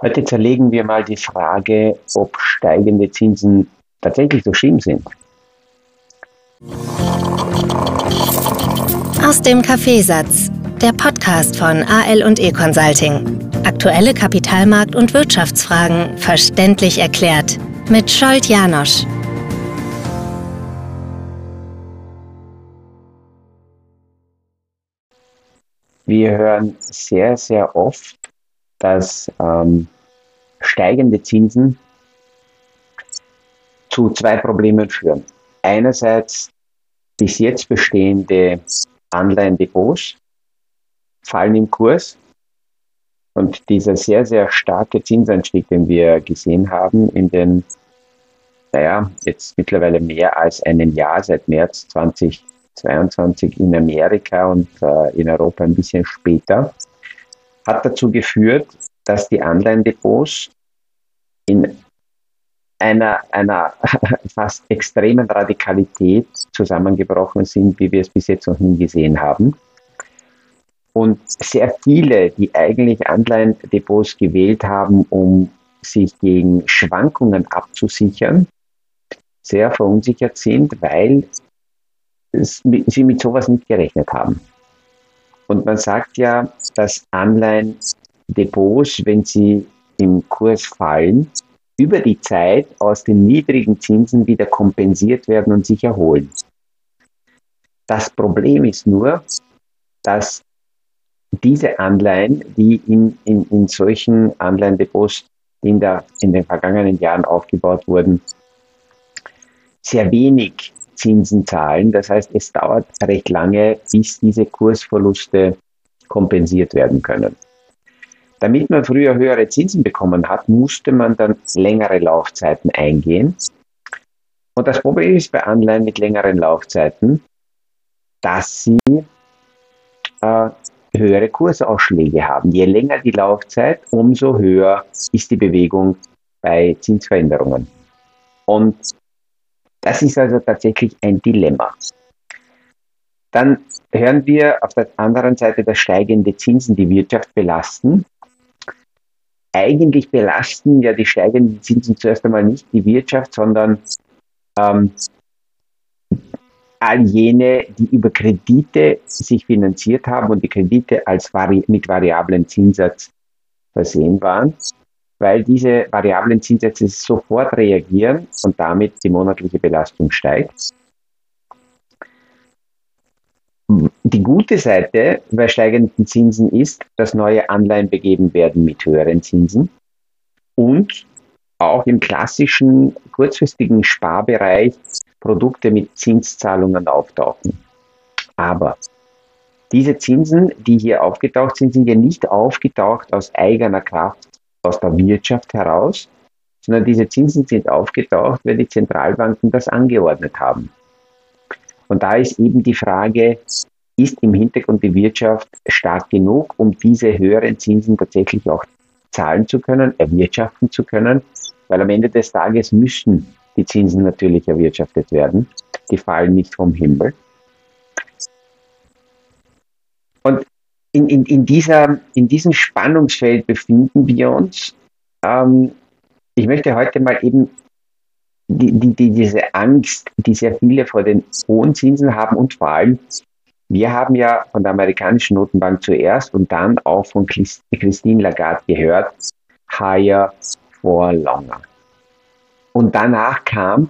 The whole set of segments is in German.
Heute zerlegen wir mal die Frage, ob steigende Zinsen tatsächlich so schlimm sind. Aus dem Kaffeesatz, der Podcast von AL&E Consulting. Aktuelle Kapitalmarkt- und Wirtschaftsfragen verständlich erklärt mit Scholt Janosch. Wir hören sehr, sehr oft, dass steigende Zinsen zu zwei Problemen führen. Einerseits bis jetzt bestehende Anleihendepots fallen im Kurs und dieser sehr, sehr starke Zinsanstieg, den wir gesehen haben in den, jetzt mittlerweile mehr als einem Jahr, seit März 2022 in Amerika und in Europa ein bisschen später, hat dazu geführt, dass die Anleihendepots in einer fast extremen Radikalität zusammengebrochen sind, wie wir es bis jetzt noch nie gesehen haben. Und sehr viele, die eigentlich Anleihendepots gewählt haben, um sich gegen Schwankungen abzusichern, sehr verunsichert sind, weil sie mit sowas nicht gerechnet haben. Und man sagt ja, dass Anleihendepots, wenn sie im Kurs fallen, über die Zeit aus den niedrigen Zinsen wieder kompensiert werden und sich erholen. Das Problem ist nur, dass diese Anleihen, die in solchen Anleihendepots in den vergangenen Jahren aufgebaut wurden, sehr wenig Zinsen zahlen. Das heißt, es dauert recht lange, bis diese Kursverluste kompensiert werden können. Damit man früher höhere Zinsen bekommen hat, musste man dann längere Laufzeiten eingehen. Und das Problem ist bei Anleihen mit längeren Laufzeiten, dass sie höhere Kursausschläge haben. Je länger die Laufzeit, umso höher ist die Bewegung bei Zinsveränderungen. Und das ist also tatsächlich ein Dilemma. Dann hören wir auf der anderen Seite, dass steigende Zinsen die Wirtschaft belasten. Eigentlich belasten ja die steigenden Zinsen zuerst einmal nicht die Wirtschaft, sondern all jene, die über Kredite sich finanziert haben und die Kredite mit variablen Zinssatz versehen waren, weil diese variablen Zinssätze sofort reagieren und damit die monatliche Belastung steigt. Die gute Seite bei steigenden Zinsen ist, dass neue Anleihen begeben werden mit höheren Zinsen und auch im klassischen kurzfristigen Sparbereich Produkte mit Zinszahlungen auftauchen. Aber diese Zinsen, die hier aufgetaucht sind, sind ja nicht aufgetaucht aus eigener Kraft aus der Wirtschaft heraus, sondern diese Zinsen sind aufgetaucht, weil die Zentralbanken das angeordnet haben. Und da ist eben die Frage, ist im Hintergrund die Wirtschaft stark genug, um diese höheren Zinsen tatsächlich auch zahlen zu können, erwirtschaften zu können, weil am Ende des Tages müssen die Zinsen natürlich erwirtschaftet werden. Die fallen nicht vom Himmel. Und in diesem Spannungsfeld befinden wir uns. Ich möchte heute mal eben diese Angst, die sehr viele vor den hohen Zinsen haben und vor allem, wir haben ja von der amerikanischen Notenbank zuerst und dann auch von Christine Lagarde gehört, higher for longer. Und danach kam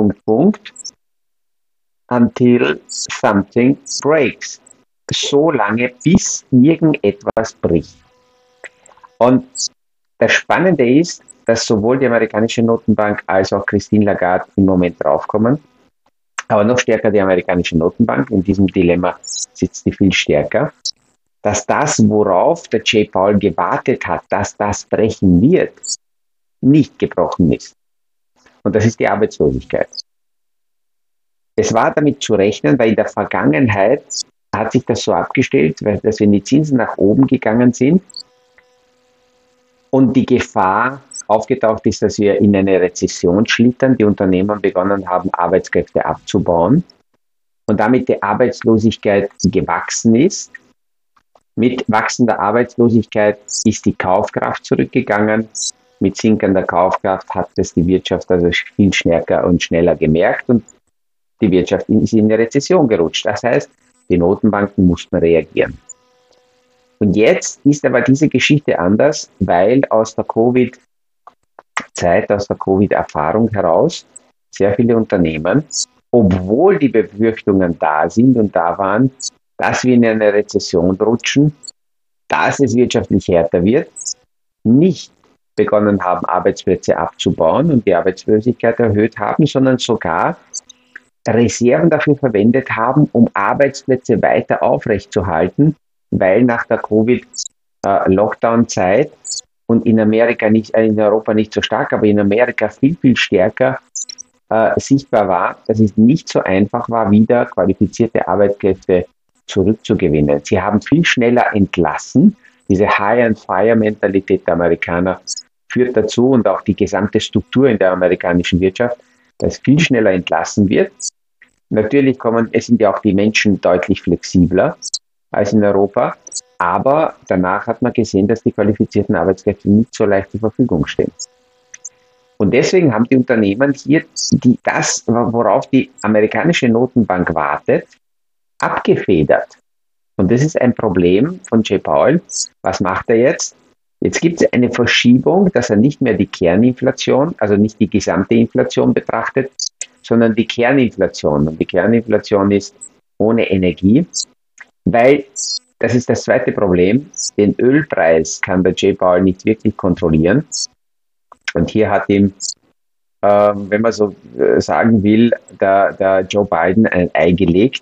until something breaks. So lange, bis irgendetwas bricht. Und das Spannende ist, dass sowohl die amerikanische Notenbank als auch Christine Lagarde im Moment draufkommen, aber noch stärker die amerikanische Notenbank, in diesem Dilemma sitzt sie viel stärker, dass das, worauf der Jay Powell gewartet hat, dass das brechen wird, nicht gebrochen ist. Und das ist die Arbeitslosigkeit. Es war damit zu rechnen, weil in der Vergangenheit hat sich das so abgestellt, dass wenn die Zinsen nach oben gegangen sind und die Gefahr aufgetaucht ist, dass wir in eine Rezession schlittern, die Unternehmen begonnen haben, Arbeitskräfte abzubauen und damit die Arbeitslosigkeit gewachsen ist, Mit wachsender Arbeitslosigkeit ist die Kaufkraft zurückgegangen. Mit sinkender Kaufkraft hat es die Wirtschaft also viel stärker und schneller gemerkt und die Wirtschaft ist in eine Rezession gerutscht. Das heißt, die Notenbanken mussten reagieren. Und jetzt ist aber diese Geschichte anders, weil aus der Covid-Zeit, aus der Covid-Erfahrung heraus sehr viele Unternehmen, obwohl die Befürchtungen da sind und da waren, dass wir in eine Rezession rutschen, dass es wirtschaftlich härter wird, nicht begonnen haben, Arbeitsplätze abzubauen und die Arbeitslosigkeit erhöht haben, sondern sogar Reserven dafür verwendet haben, um Arbeitsplätze weiter aufrechtzuerhalten, weil nach der Covid-Lockdown-Zeit und in Amerika nicht, in Europa nicht so stark, aber in Amerika viel, viel stärker sichtbar war, dass es nicht so einfach war, wieder qualifizierte Arbeitskräfte zurückzugewinnen. Sie haben viel schneller entlassen. Diese Hire-and-Fire-Mentalität der Amerikaner führt dazu und auch die gesamte Struktur in der amerikanischen Wirtschaft, dass viel schneller entlassen wird. Natürlich sind ja auch die Menschen deutlich flexibler als in Europa, aber danach hat man gesehen, dass die qualifizierten Arbeitskräfte nicht so leicht zur Verfügung stehen. Und deswegen haben die Unternehmen hier das, worauf die amerikanische Notenbank wartet, abgefedert. Und das ist ein Problem von Jay Powell. Was macht er jetzt? Jetzt gibt es eine Verschiebung, dass er nicht mehr die Kerninflation, also nicht die gesamte Inflation betrachtet, sondern die Kerninflation. Und die Kerninflation ist ohne Energie, weil, das ist das zweite Problem, den Ölpreis kann der Jay Powell nicht wirklich kontrollieren. Und hier hat ihm, wenn man so sagen will, der Joe Biden ein Ei gelegt,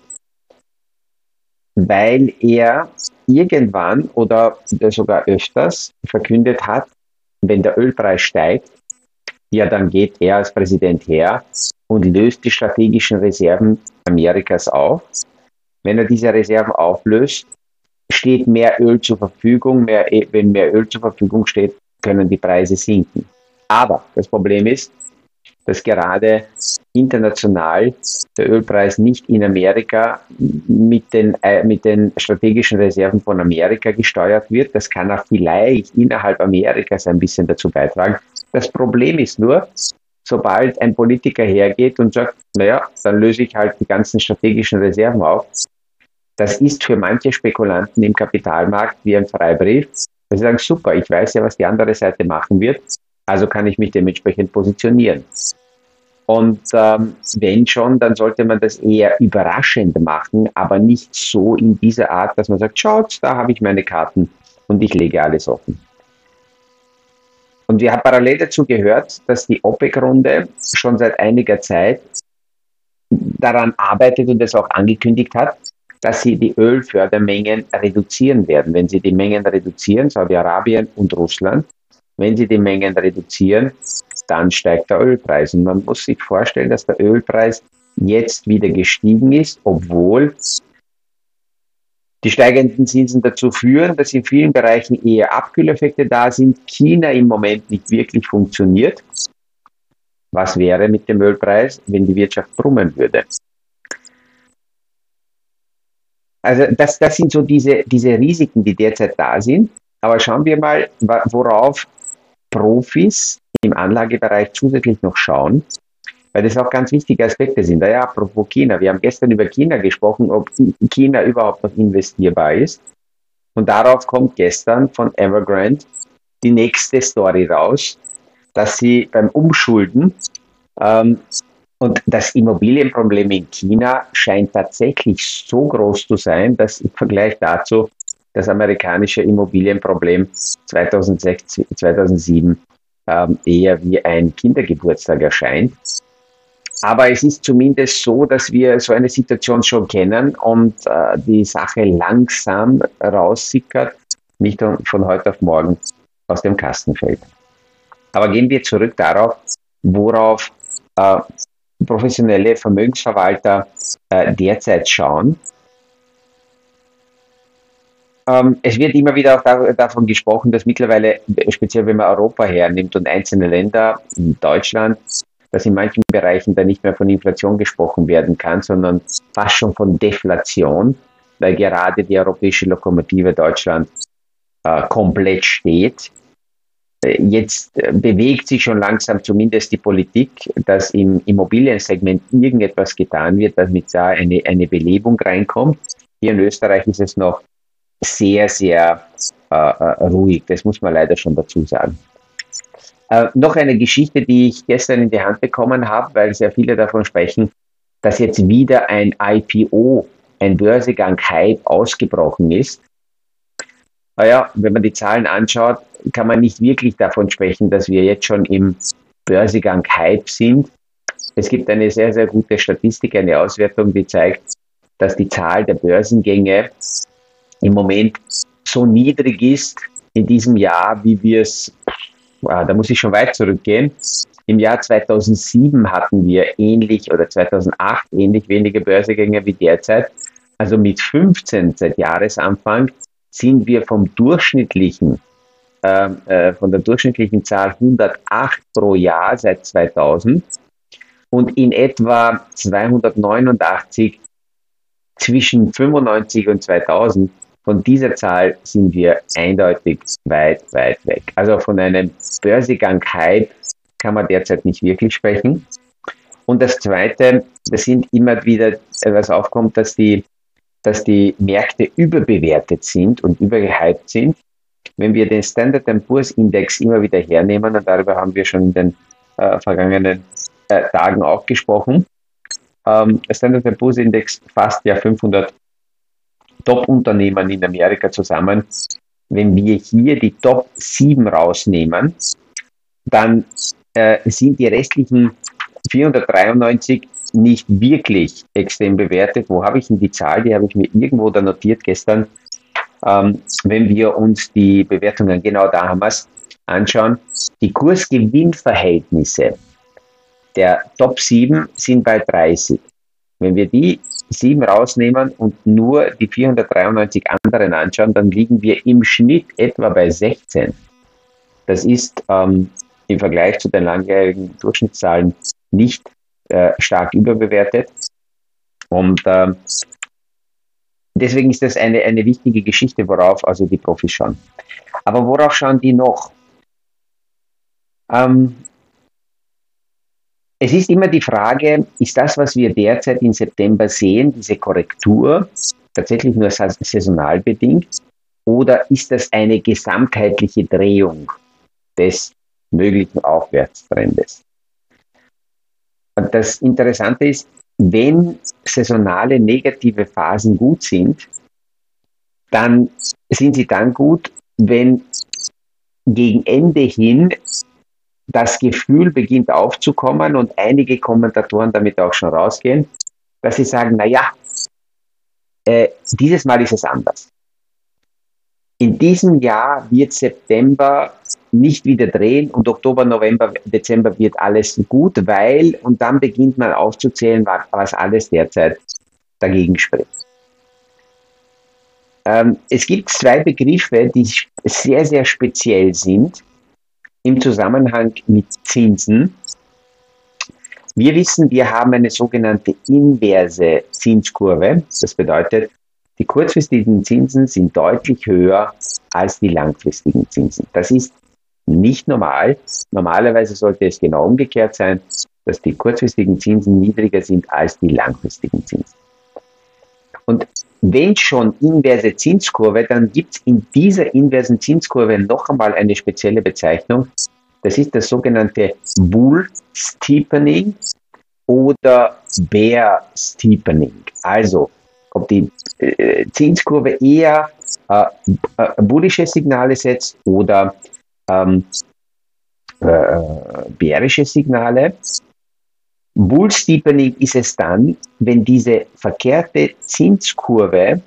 weil er irgendwann oder sogar öfters verkündet hat, wenn der Ölpreis steigt, ja, dann geht er als Präsident her und löst die strategischen Reserven Amerikas auf. Wenn er diese Reserven auflöst, steht mehr Öl zur Verfügung. Wenn mehr Öl zur Verfügung steht, können die Preise sinken. Aber das Problem ist, dass gerade international der Ölpreis nicht in Amerika mit den strategischen Reserven von Amerika gesteuert wird. Das kann auch vielleicht innerhalb Amerikas ein bisschen dazu beitragen. Das Problem ist nur, sobald ein Politiker hergeht und sagt, naja, dann löse ich halt die ganzen strategischen Reserven auf. Das ist für manche Spekulanten im Kapitalmarkt wie ein Freibrief. Sie sagen, super, ich weiß ja, was die andere Seite machen wird. Also kann ich mich dementsprechend positionieren. Und wenn schon, dann sollte man das eher überraschend machen, aber nicht so in dieser Art, dass man sagt, schaut, da habe ich meine Karten und ich lege alles offen. Und wir haben parallel dazu gehört, dass die OPEC-Runde schon seit einiger Zeit daran arbeitet und es auch angekündigt hat, dass sie die Ölfördermengen reduzieren werden. Wenn sie die Mengen reduzieren, Saudi-Arabien und Russland, wenn sie die Mengen reduzieren, dann steigt der Ölpreis. Und man muss sich vorstellen, dass der Ölpreis jetzt wieder gestiegen ist, obwohl die steigenden Zinsen dazu führen, dass in vielen Bereichen eher Abkühleffekte da sind, China im Moment nicht wirklich funktioniert. Was wäre mit dem Ölpreis, wenn die Wirtschaft brummen würde? Also das sind so diese Risiken, die derzeit da sind. Aber schauen wir mal, worauf Profis im Anlagebereich zusätzlich noch schauen, weil das auch ganz wichtige Aspekte sind. Ja, apropos China, wir haben gestern über China gesprochen, ob China überhaupt noch investierbar ist. Und darauf kommt gestern von Evergrande die nächste Story raus, dass sie beim Umschulden und das Immobilienproblem in China scheint tatsächlich so groß zu sein, dass im Vergleich dazu das amerikanische Immobilienproblem 2006, 2007 eher wie ein Kindergeburtstag erscheint. Aber es ist zumindest so, dass wir so eine Situation schon kennen und die Sache langsam raussickert, nicht von heute auf morgen aus dem Kasten fällt. Aber gehen wir zurück darauf, worauf professionelle Vermögensverwalter derzeit schauen. Es wird immer wieder auch davon gesprochen, dass mittlerweile, speziell wenn man Europa hernimmt und einzelne Länder, Deutschland, dass in manchen Bereichen da nicht mehr von Inflation gesprochen werden kann, sondern fast schon von Deflation. weil gerade die europäische Lokomotive Deutschland komplett steht. Jetzt bewegt sich schon langsam zumindest die Politik, dass im Immobiliensegment irgendetwas getan wird, damit da eine Belebung reinkommt. Hier in Österreich ist es noch sehr, sehr ruhig. Das muss man leider schon dazu sagen. Noch eine Geschichte, die ich gestern in die Hand bekommen habe, weil sehr viele davon sprechen, dass jetzt wieder ein IPO, ein Börsegang-Hype ausgebrochen ist. Naja, wenn man die Zahlen anschaut, kann man nicht wirklich davon sprechen, dass wir jetzt schon im Börsegang-Hype sind. Es gibt eine sehr, sehr gute Statistik, eine Auswertung, die zeigt, dass die Zahl der Börsengänge im Moment so niedrig ist in diesem Jahr, wie wir es, da muss ich schon weit zurückgehen. Im Jahr 2007 hatten wir ähnlich oder 2008 ähnlich wenige Börsengänge wie derzeit. Also mit 15 seit Jahresanfang sind wir von der durchschnittlichen Zahl 108 pro Jahr seit 2000 und in etwa 289 zwischen 95 und 2000. Von dieser Zahl sind wir eindeutig weit, weit weg. Also von einem Börsegang-Hype kann man derzeit nicht wirklich sprechen. Und das Zweite, das sind immer wieder, was aufkommt, dass die Märkte überbewertet sind und übergehypt sind. Wenn wir den Standard & Poor's Index immer wieder hernehmen, und darüber haben wir schon in den vergangenen Tagen auch gesprochen, der Standard & Poor's Index fasst ja 500 Top-Unternehmen in Amerika zusammen. Wenn wir hier die Top 7 rausnehmen, dann sind die restlichen 493 nicht wirklich extrem bewertet. Wo habe ich denn die Zahl? Die habe ich mir irgendwo da notiert gestern. Wenn wir uns die Bewertungen, genau da haben wir es, anschauen, die Kurs-Gewinn-Verhältnisse der Top 7 sind bei 30. Wenn wir die 7 rausnehmen und nur die 493 anderen anschauen, dann liegen wir im Schnitt etwa bei 16. Das ist im Vergleich zu den langjährigen Durchschnittszahlen nicht stark überbewertet. Und deswegen ist das eine wichtige Geschichte, worauf also die Profis schauen. Aber worauf schauen die noch? Es ist immer die Frage, ist das, was wir derzeit im September sehen, diese Korrektur, tatsächlich nur saisonal bedingt, oder ist das eine gesamtheitliche Drehung des möglichen Aufwärtstrendes? Und das Interessante ist, wenn saisonale negative Phasen gut sind, dann sind sie dann gut, wenn gegen Ende hin das Gefühl beginnt aufzukommen und einige Kommentatoren damit auch schon rausgehen, dass sie sagen, naja, dieses Mal ist es anders. In diesem Jahr wird September nicht wieder drehen und Oktober, November, Dezember wird alles gut, weil, und dann beginnt man aufzuzählen, was alles derzeit dagegen spricht. Es gibt 2 Begriffe, die sehr, sehr speziell sind im Zusammenhang mit Zinsen. Wir wissen, wir haben eine sogenannte inverse Zinskurve. Das bedeutet, die kurzfristigen Zinsen sind deutlich höher als die langfristigen Zinsen. Das ist nicht normal. Normalerweise sollte es genau umgekehrt sein, dass die kurzfristigen Zinsen niedriger sind als die langfristigen Zinsen. Und wenn schon inverse Zinskurve, dann gibt es in dieser inversen Zinskurve noch einmal eine spezielle Bezeichnung. Das ist das sogenannte Bull Steepening oder Bear Steepening. Also, ob die Zinskurve eher bullische Signale setzt oder bärische Signale. Bull Steepening ist es dann, wenn diese verkehrte Zinskurve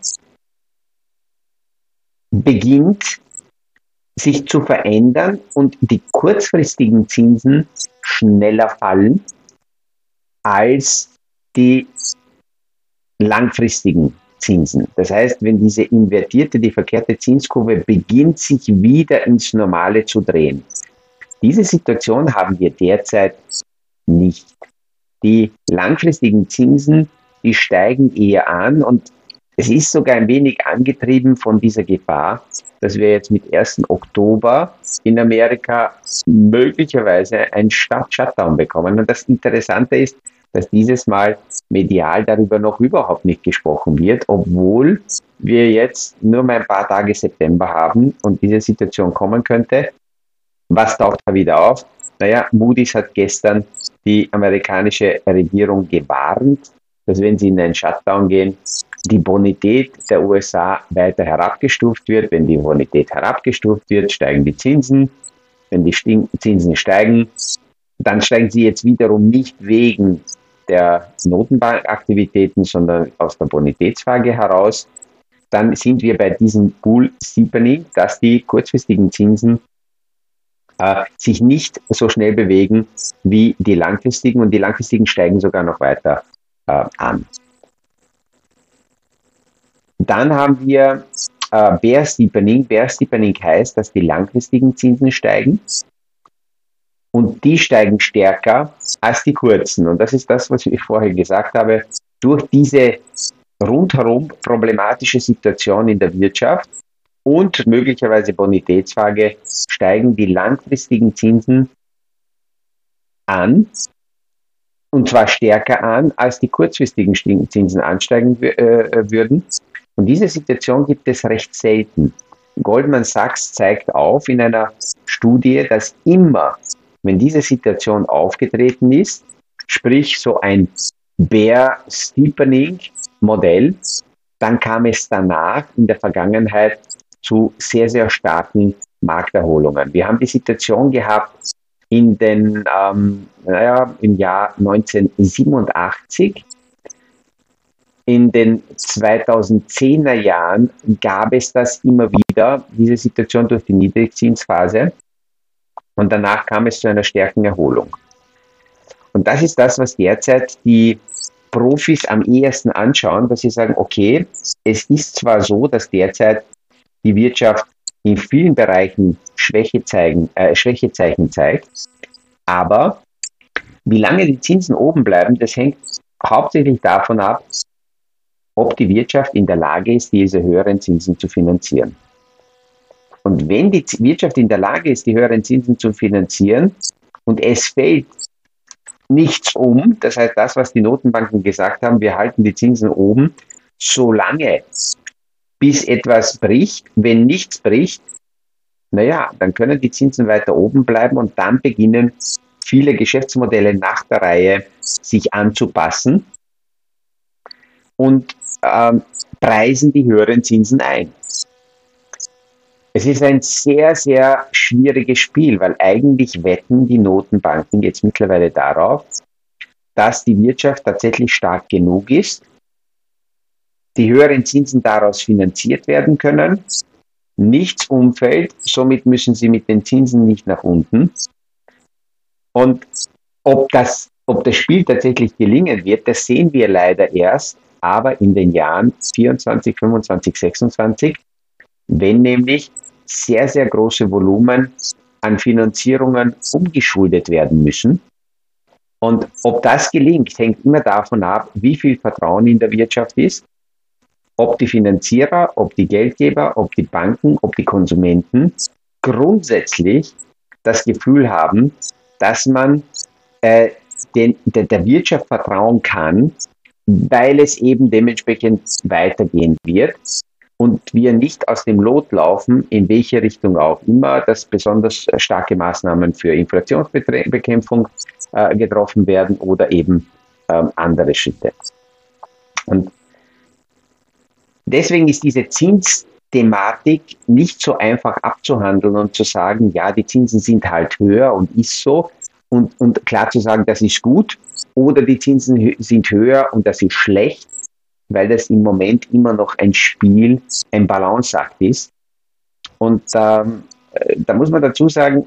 beginnt, sich zu verändern und die kurzfristigen Zinsen schneller fallen als die langfristigen Zinsen. Das heißt, wenn diese invertierte, die verkehrte Zinskurve beginnt, sich wieder ins Normale zu drehen. Diese Situation haben wir derzeit nicht. Die langfristigen Zinsen, die steigen eher an und Es ist sogar ein wenig angetrieben von dieser Gefahr, dass wir jetzt mit 1. Oktober in Amerika möglicherweise einen Shutdown bekommen. Und das Interessante ist, dass dieses Mal medial darüber noch überhaupt nicht gesprochen wird, obwohl wir jetzt nur mal ein paar Tage September haben und diese Situation kommen könnte. Was taucht da wieder auf? Naja, Moody's hat gestern die amerikanische Regierung gewarnt, dass wenn sie in einen Shutdown gehen, die Bonität der USA weiter herabgestuft wird. Wenn die Bonität herabgestuft wird, steigen die Zinsen. Wenn die Zinsen steigen, dann steigen sie jetzt wiederum nicht wegen der Notenbankaktivitäten, sondern aus der Bonitätsfrage heraus. Dann sind wir bei diesem Bull Steepening, dass die kurzfristigen Zinsen sich nicht so schnell bewegen wie die langfristigen, und die langfristigen steigen sogar noch weiter an. Dann haben wir Bear Steepening. Bear Steepening heißt, dass die langfristigen Zinsen steigen und die steigen stärker als die kurzen. Und das ist das, was ich vorher gesagt habe. Durch diese rundherum problematische Situation in der Wirtschaft und möglicherweise Bonitätsfrage steigen die langfristigen Zinsen an, und zwar stärker an, als die kurzfristigen Zinsen ansteigen würden. Und diese Situation gibt es recht selten. Goldman Sachs zeigt auf in einer Studie, dass immer, wenn diese Situation aufgetreten ist, sprich so ein Bear Steepening Modell, dann kam es danach in der Vergangenheit zu sehr, sehr starken Markterholungen. Wir haben die Situation gehabt im Jahr 1987. In den 2010er Jahren gab es das immer wieder, diese Situation durch die Niedrigzinsphase. Und danach kam es zu einer stärkeren Erholung. Und das ist das, was derzeit die Profis am ehesten anschauen, dass sie sagen, okay, es ist zwar so, dass derzeit die Wirtschaft in vielen Bereichen Schwächezeichen zeigt, aber wie lange die Zinsen oben bleiben, das hängt hauptsächlich davon ab, ob die Wirtschaft in der Lage ist, diese höheren Zinsen zu finanzieren. Und wenn die Wirtschaft in der Lage ist, die höheren Zinsen zu finanzieren und es fällt nichts um, das heißt das, was die Notenbanken gesagt haben, wir halten die Zinsen oben, solange bis etwas bricht. Wenn nichts bricht, naja, dann können die Zinsen weiter oben bleiben und dann beginnen viele Geschäftsmodelle nach der Reihe sich anzupassen und preisen die höheren Zinsen ein. Es ist ein sehr, sehr schwieriges Spiel, weil eigentlich wetten die Notenbanken jetzt mittlerweile darauf, dass die Wirtschaft tatsächlich stark genug ist, die höheren Zinsen daraus finanziert werden können, nichts umfällt, somit müssen sie mit den Zinsen nicht nach unten. Und ob das Spiel tatsächlich gelingen wird, das sehen wir leider erst, aber in den Jahren 24, 25, 26, wenn nämlich sehr, sehr große Volumen an Finanzierungen umgeschuldet werden müssen. Und ob das gelingt, hängt immer davon ab, wie viel Vertrauen in der Wirtschaft ist, ob die Finanzierer, ob die Geldgeber, ob die Banken, ob die Konsumenten grundsätzlich das Gefühl haben, dass man der Wirtschaft vertrauen kann, weil es eben dementsprechend weitergehen wird und wir nicht aus dem Lot laufen, in welche Richtung auch immer, dass besonders starke Maßnahmen für Inflationsbekämpfung getroffen werden oder eben andere Schritte. Und deswegen ist diese Zinsthematik nicht so einfach abzuhandeln und zu sagen, ja, die Zinsen sind halt höher und ist so, und klar zu sagen, das ist gut, oder die Zinsen sind höher und das ist schlecht, weil das im Moment immer noch ein Spiel, ein Balanceakt ist. Und da muss man dazu sagen,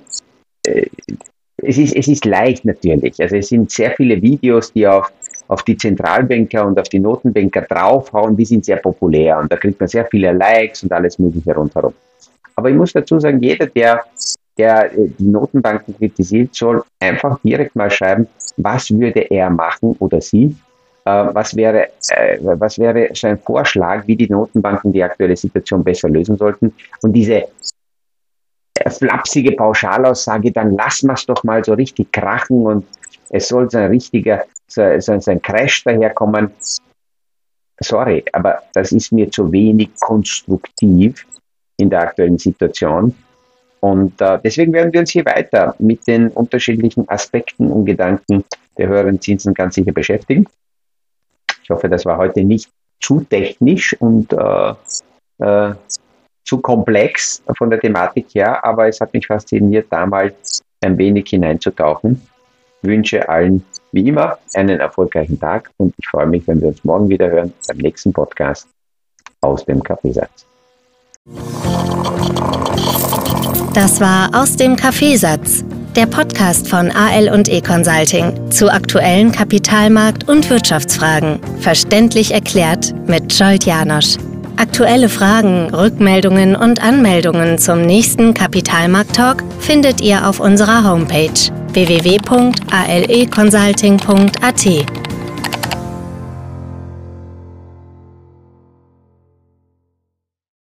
es ist leicht natürlich. Also es sind sehr viele Videos, die auf die Zentralbanker und auf die Notenbanker draufhauen, die sind sehr populär und da kriegt man sehr viele Likes und alles Mögliche rundherum. Aber ich muss dazu sagen, jeder, der die Notenbanken kritisiert, soll einfach direkt mal schreiben, was würde er machen oder sie, Was wäre so ein Vorschlag, wie die Notenbanken die aktuelle Situation besser lösen sollten? Und diese flapsige Pauschalaussage, dann lassen wir es doch mal so richtig krachen und es soll so ein richtiger, so ein Crash daherkommen. Sorry, aber das ist mir zu wenig konstruktiv in der aktuellen Situation. Und deswegen werden wir uns hier weiter mit den unterschiedlichen Aspekten und Gedanken der höheren Zinsen ganz sicher beschäftigen. Ich hoffe, das war heute nicht zu technisch und zu komplex von der Thematik her, aber es hat mich fasziniert, da mal ein wenig hineinzutauchen. Ich wünsche allen wie immer einen erfolgreichen Tag und ich freue mich, wenn wir uns morgen wieder hören beim nächsten Podcast aus dem Kaffeesatz. Das war Aus dem Kaffeesatz, der Podcast von AL&E Consulting zu aktuellen Kapitalmarkt- und Wirtschaftsfragen. Verständlich erklärt mit Scholt Janosch. Aktuelle Fragen, Rückmeldungen und Anmeldungen zum nächsten Kapitalmarkt-Talk findet ihr auf unserer Homepage www.aleconsulting.at.